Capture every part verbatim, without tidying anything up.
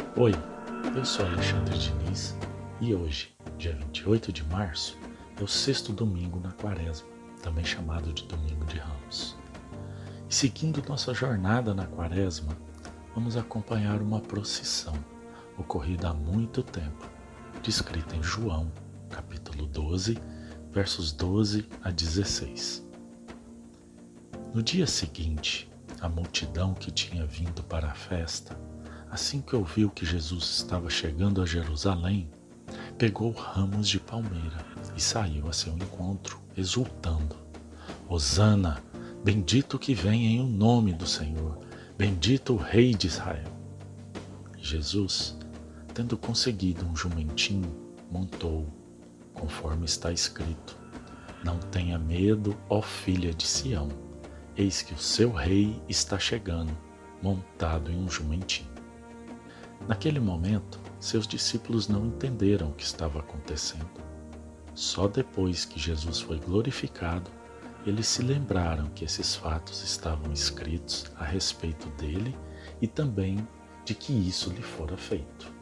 Oi, eu sou Alexandre Diniz e hoje, dia vinte e oito de março, é o sexto domingo na Quaresma, também chamado de Domingo de Ramos. E seguindo nossa jornada na Quaresma, vamos acompanhar uma procissão ocorrida há muito tempo, descrita em João, capítulo doze, versos doze a dezesseis. No dia seguinte, a multidão que tinha vindo para a festa, assim que ouviu que Jesus estava chegando a Jerusalém, pegou ramos de palmeira e saiu a seu encontro, exultando: Hosana, bendito que vem em o nome do Senhor, bendito o Rei de Israel. E Jesus, tendo conseguido um jumentinho, montou, conforme está escrito: Não tenha medo, ó filha de Sião, eis que o seu rei está chegando, montado em um jumentinho. Naquele momento, seus discípulos não entenderam o que estava acontecendo. Só depois que Jesus foi glorificado, eles se lembraram que esses fatos estavam escritos a respeito dele e também de que isso lhe fora feito.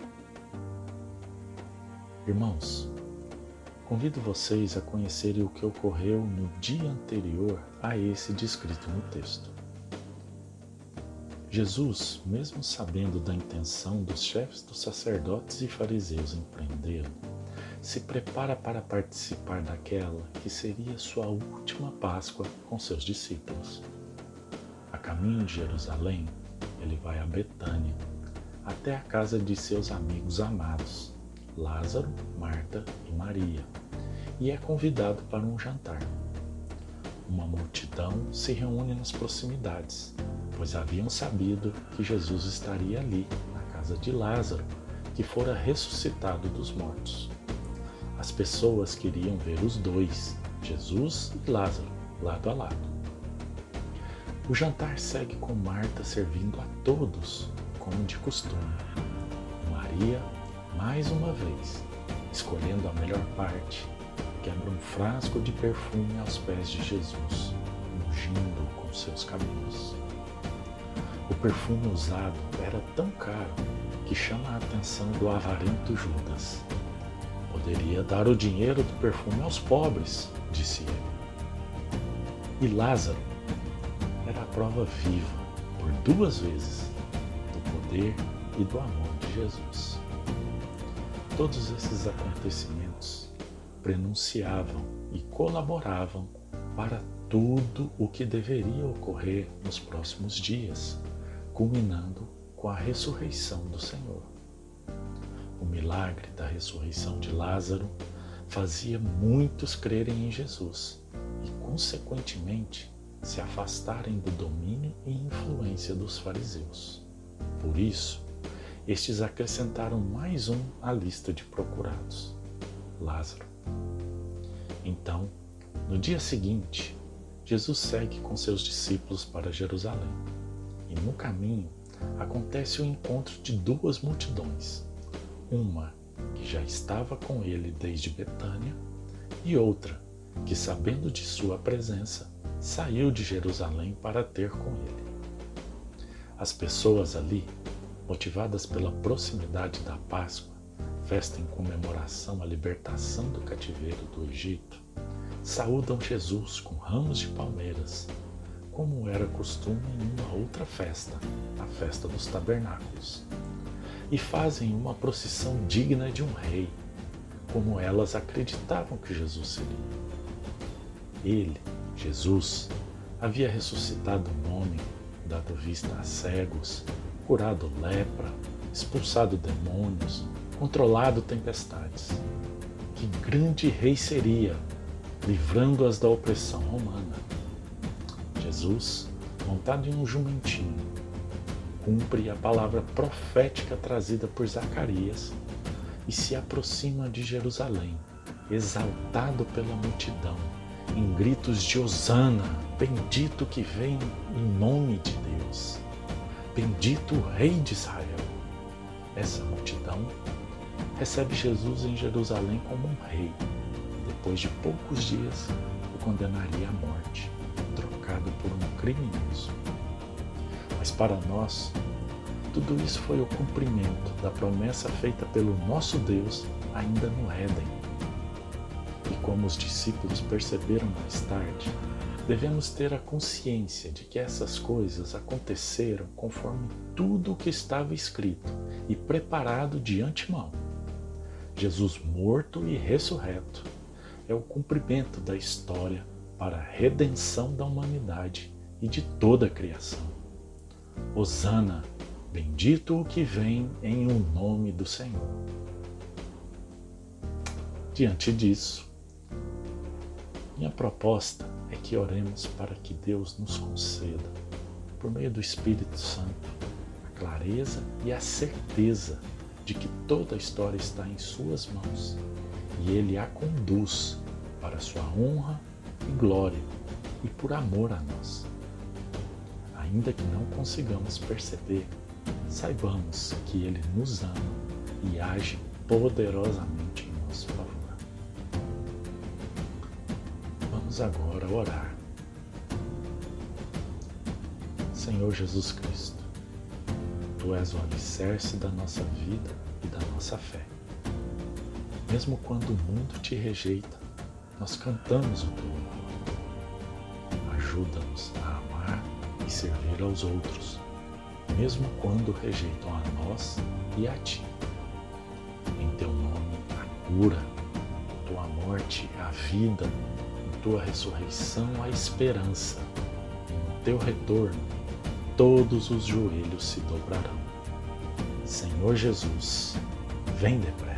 Irmãos, convido vocês a conhecerem o que ocorreu no dia anterior a esse descrito no texto. Jesus, mesmo sabendo da intenção dos chefes dos sacerdotes e fariseus em prendê-lo, se prepara para participar daquela que seria sua última Páscoa com seus discípulos. A caminho de Jerusalém, ele vai a Betânia, até a casa de seus amigos amados, Lázaro, Marta e Maria, e é convidado para um jantar. Uma multidão se reúne nas proximidades, pois haviam sabido que Jesus estaria ali, na casa de Lázaro, que fora ressuscitado dos mortos. As pessoas queriam ver os dois, Jesus e Lázaro, lado a lado. O jantar segue com Marta servindo a todos, como de costume. E Maria, mais uma vez, escolhendo a melhor parte, quebra um frasco de perfume aos pés de Jesus, ungindo-o com seus cabelos. O perfume usado era tão caro que chama a atenção do avarento Judas. Poderia dar o dinheiro do perfume aos pobres, disse ele. E Lázaro era a prova viva, por duas vezes, do poder e do amor de Jesus. Todos esses acontecimentos prenunciavam e colaboravam para tudo o que deveria ocorrer nos próximos dias, culminando com a ressurreição do Senhor. O milagre da ressurreição de Lázaro fazia muitos crerem em Jesus e, consequentemente, se afastarem do domínio e influência dos fariseus. Por isso, estes acrescentaram mais um à lista de procurados: Lázaro. Então, no dia seguinte, Jesus segue com seus discípulos para Jerusalém. E no caminho acontece o encontro de duas multidões. Uma que já estava com ele desde Betânia e outra que, sabendo de sua presença, saiu de Jerusalém para ter com ele. As pessoas ali, motivadas pela proximidade da Páscoa, festa em comemoração à libertação do cativeiro do Egito, saúdam Jesus com ramos de palmeiras, como era costume em uma outra festa, a festa dos tabernáculos, e fazem uma procissão digna de um rei, como elas acreditavam que Jesus seria. Ele, Jesus, havia ressuscitado um homem, dado vista a cegos, curado lepra, expulsado demônios, controlado tempestades. Que grande rei seria, livrando-as da opressão romana. Jesus, montado em um jumentinho, cumpre a palavra profética trazida por Zacarias e se aproxima de Jerusalém, exaltado pela multidão, em gritos de Hosana, bendito que vem em nome de Deus, bendito o Rei de Israel. Essa multidão recebe Jesus em Jerusalém como um rei. Depois de poucos dias, o condenaria à morte, trocado por um criminoso. Mas para nós, tudo isso foi o cumprimento da promessa feita pelo nosso Deus ainda no Éden. E como os discípulos perceberam mais tarde, devemos ter a consciência de que essas coisas aconteceram conforme tudo o que estava escrito e preparado de antemão. Jesus morto e ressurreto é o cumprimento da história para a redenção da humanidade e de toda a criação. Hosana, bendito o que vem em o nome do Senhor. Diante disso, minha proposta é que oremos para que Deus nos conceda, por meio do Espírito Santo, a clareza e a certeza de que toda a história está em suas mãos e Ele a conduz para sua honra e glória e por amor a nós. Ainda que não consigamos perceber, saibamos que Ele nos ama e age poderosamente em nosso favor. Vamos agora orar. Senhor Jesus Cristo, Tu és o alicerce da nossa vida e da nossa fé. Mesmo quando o mundo te rejeita, nós cantamos o Teu louvor. Ajuda-nos a amar e servir aos outros, mesmo quando rejeitam a nós e a Ti. Em Teu nome, a cura, em Tua morte, a vida, em Tua ressurreição, a esperança, e no Teu retorno, todos os joelhos se dobrarão. Senhor Jesus, vem depressa.